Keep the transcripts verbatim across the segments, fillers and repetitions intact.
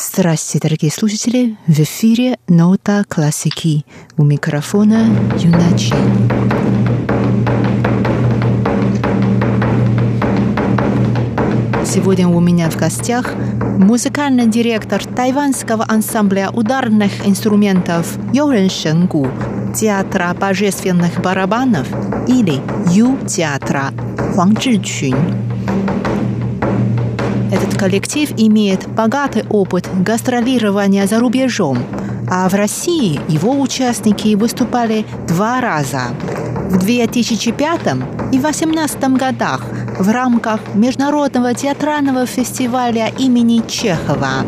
Здравствуйте, дорогие слушатели! В эфире «Нота классики». У микрофона Юна Чин. Сегодня у меня в гостях музыкальный директор тайваньского ансамбля ударных инструментов Йорен Шенгу, театра божественных барабанов или Ю-театра Хуang Zhiqun. Этот коллектив имеет богатый опыт гастролирования за рубежом, а в России его участники выступали два раза – в две тысячи пятом и две тысячи восемнадцатом годах в рамках Международного театрального фестиваля имени Чехова.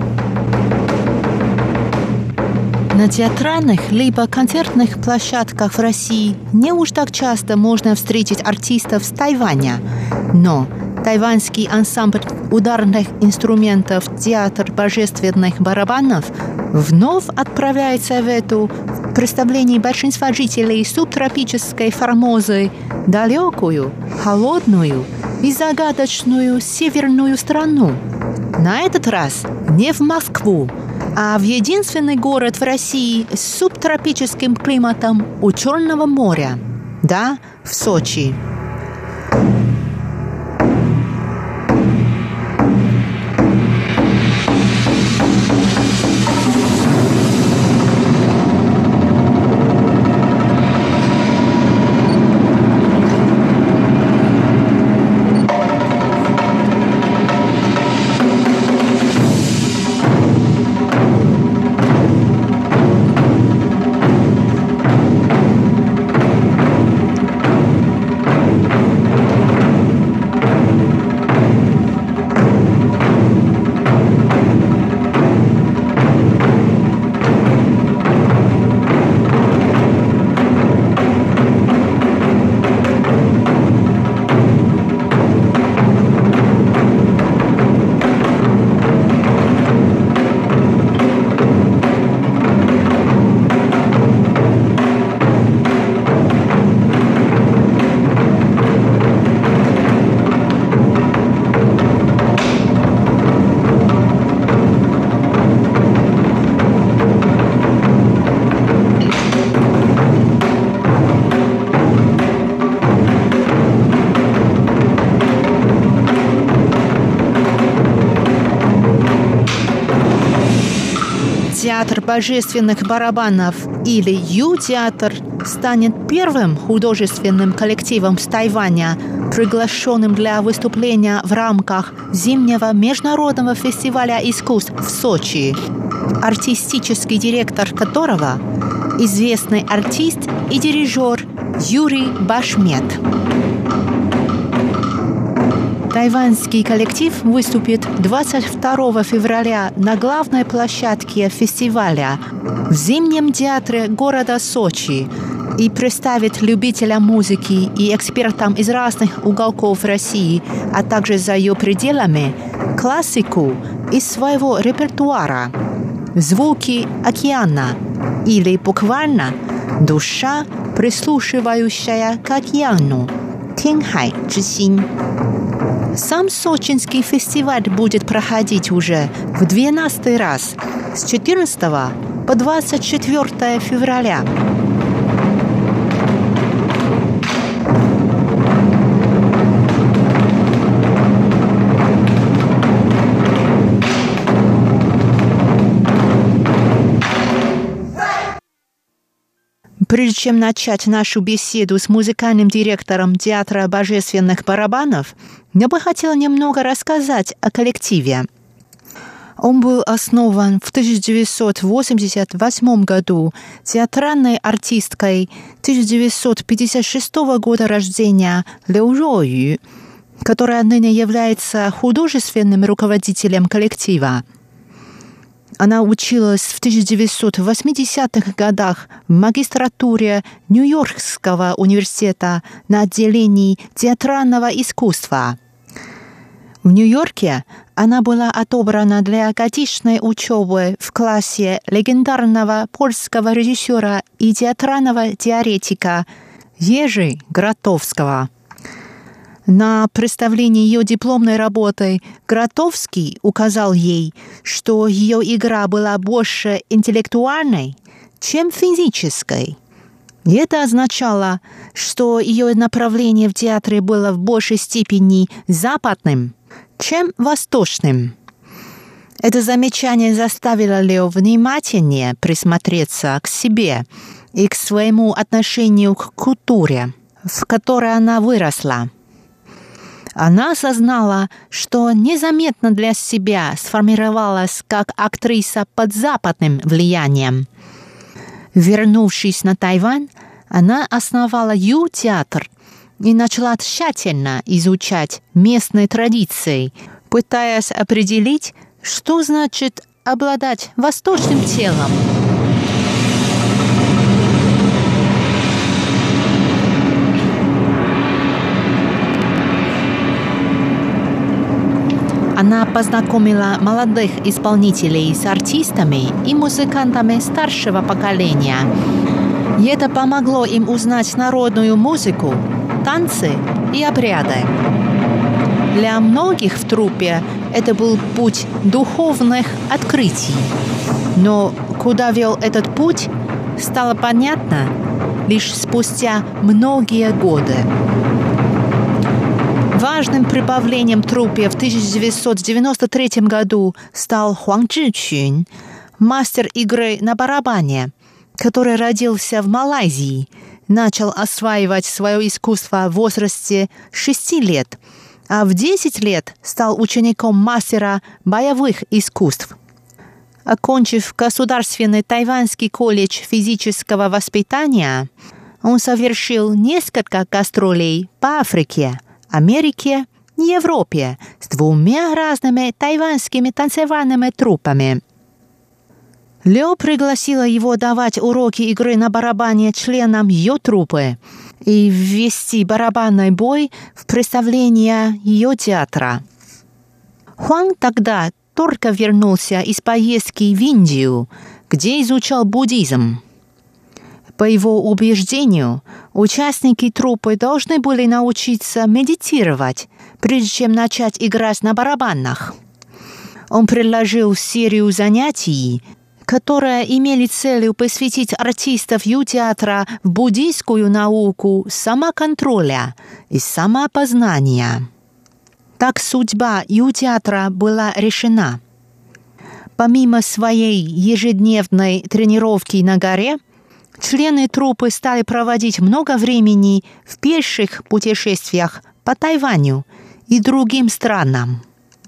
На театральных либо концертных площадках в России не уж так часто можно встретить артистов с Тайваня, но тайваньский ансамбль ударных инструментов «Театр божественных барабанов» вновь отправляется в эту, в представлении большинства жителей субтропической Формозы, далекую, холодную и загадочную северную страну. На этот раз не в Москву, а в единственный город в России с субтропическим климатом у Черного моря. Да, в Сочи. Театр божественных барабанов или Ю-театр станет первым художественным коллективом с Тайваня, приглашенным для выступления в рамках зимнего международного фестиваля искусств в Сочи, артистический директор которого – известный артист и дирижер Юрий Башмет. Тайваньский коллектив выступит двадцать второго февраля на главной площадке фестиваля в Зимнем театре города Сочи и представит любителям музыки и экспертам из разных уголков России, а также за ее пределами, классику из своего репертуара «Звуки океана» или буквально «Душа, прислушивающая к океану» «Тянхай Чжисин». Сам сочинский фестиваль будет проходить уже в двенадцатый раз с четырнадцатого по двадцать четвёртое февраля. Прежде чем начать нашу беседу с музыкальным директором Театра божественных барабанов, я бы хотела немного рассказать о коллективе. Он был основан в тысяча девятьсот восемьдесят восьмом году театральной артисткой тысяча девятьсот пятьдесят шестого года рождения Лю Жою, которая ныне является художественным руководителем коллектива. Она училась в тысяча девятьсот восьмидесятых годах в магистратуре Нью-Йоркского университета на отделении театрального искусства. В Нью-Йорке она была отобрана для годичной учебы в классе легендарного польского режиссера и театрального теоретика Ежи Гротовского. На представлении ее дипломной работы Гротовский указал ей, что ее игра была больше интеллектуальной, чем физической. И это означало, что ее направление в театре было в большей степени западным, чем восточным. Это замечание заставило Лео внимательнее присмотреться к себе и к своему отношению к культуре, в которой она выросла. Она осознала, что незаметно для себя сформировалась как актриса под западным влиянием. Вернувшись на Тайвань, она основала Ю-театр и начала тщательно изучать местные традиции, пытаясь определить, что значит обладать восточным телом. Она познакомила молодых исполнителей с артистами и музыкантами старшего поколения. И это помогло им узнать народную музыку, танцы и обряды. Для многих в труппе это был путь духовных открытий. Но куда вел этот путь, стало понятно лишь спустя многие годы. Важным прибавлением труппе в тысяча девятьсот девяносто третьем году стал Хуang Zhiqun, мастер игры на барабане, который родился в Малайзии, начал осваивать свое искусство в возрасте шести лет, а в десять лет стал учеником мастера боевых искусств. Окончив Государственный тайваньский колледж физического воспитания, он совершил несколько гастролей по Африке, Америке и Европе с двумя разными тайваньскими танцевальными труппами. Лео пригласила его давать уроки игры на барабане членам ее труппы и ввести барабанный бой в представление ее театра. Хуан тогда только вернулся из поездки в Индию, где изучал буддизм. По его убеждению, участники труппы должны были научиться медитировать, прежде чем начать играть на барабанах. Он предложил серию занятий, которые имели целью посвятить артистов Ю-театра в буддийскую науку самоконтроля и самопознания. Так судьба Ю-театра была решена. Помимо своей ежедневной тренировки на горе, члены труппы стали проводить много времени в пеших путешествиях по Тайваню и другим странам.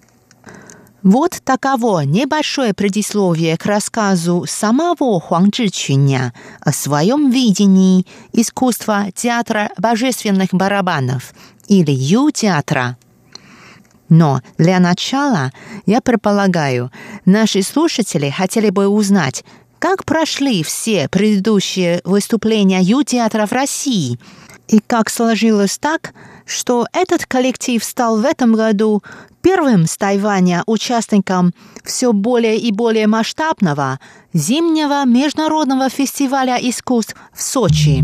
Вот таково небольшое предисловие к рассказу самого Хуang Zhiquan о своем видении искусства театра божественных барабанов или Ю-театра. Но для начала, я предполагаю, наши слушатели хотели бы узнать, как прошли все предыдущие выступления Ю-театра в России и как сложилось так, что этот коллектив стал в этом году первым с Тайваня участником все более и более масштабного зимнего международного фестиваля искусств в Сочи.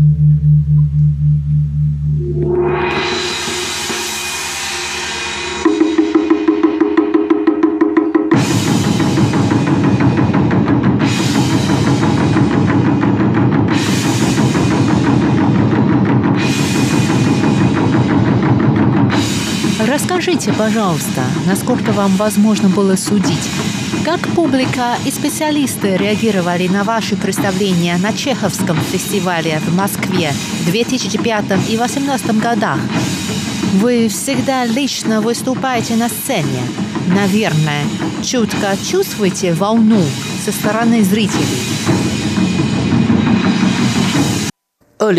Расскажите, пожалуйста, насколько вам возможно было судить, как публика и специалисты реагировали на ваши представления на Чеховском фестивале в Москве в две тысячи пятом и две тысячи восемнадцатом годах? Вы всегда лично выступаете на сцене. Наверное, чутко чувствуете волну со стороны зрителей. Да,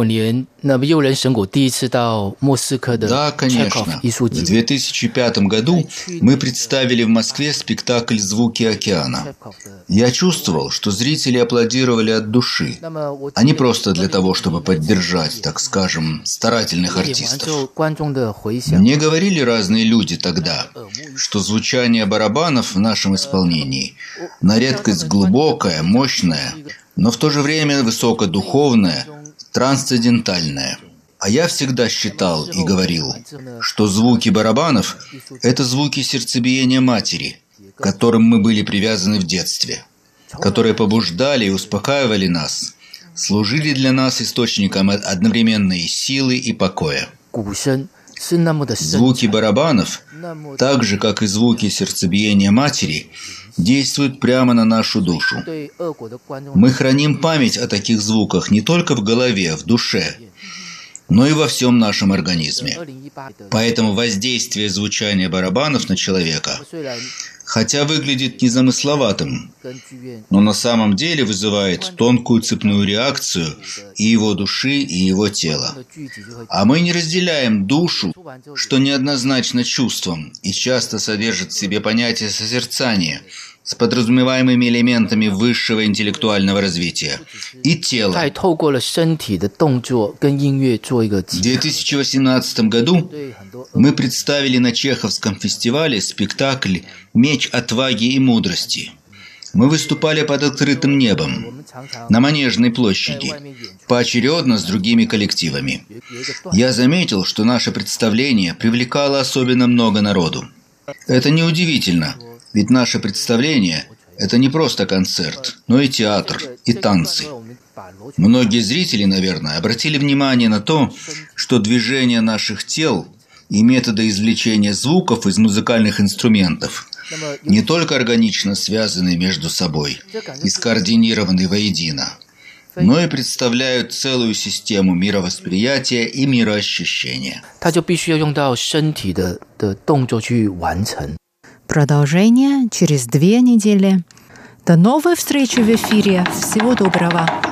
конечно. В две тысячи пятом году мы представили в Москве спектакль «Звуки океана». Я чувствовал, что зрители аплодировали от души, а не просто для того, чтобы поддержать, так скажем, старательных артистов. Мне говорили разные люди тогда, что звучание барабанов в нашем исполнении на редкость глубокое, мощное, но в то же время высокодуховное, трансцендентальное. А я всегда считал и говорил, что звуки барабанов – это звуки сердцебиения матери, к которым мы были привязаны в детстве, которые побуждали и успокаивали нас, служили для нас источником одновременной силы и покоя. Звуки барабанов, так же, как и звуки сердцебиения матери, действуют прямо на нашу душу. Мы храним память о таких звуках не только в голове, в душе, но и во всем нашем организме. Поэтому воздействие звучания барабанов на человека, хотя выглядит незамысловатым, но на самом деле вызывает тонкую цепную реакцию и его души, и его тела. А мы не разделяем душу, что неоднозначно чувством и часто содержит в себе понятие созерцания, с подразумеваемыми элементами высшего интеллектуального развития, и тело. В две тысячи восемнадцатом году мы представили на Чеховском фестивале спектакль «Меч отваги и мудрости». Мы выступали под открытым небом, на Манежной площади, поочередно с другими коллективами. Я заметил, что наше представление привлекало особенно много народу. Это неудивительно. Ведь наше представление – это не просто концерт, но и театр, и танцы. Многие зрители, наверное, обратили внимание на то, что движения наших тел и методы извлечения звуков из музыкальных инструментов не только органично связаны между собой и скоординированы воедино, но и представляют целую систему мировосприятия и мироощущения. Продолжение через две недели. До новой встречи в эфире. Всего доброго.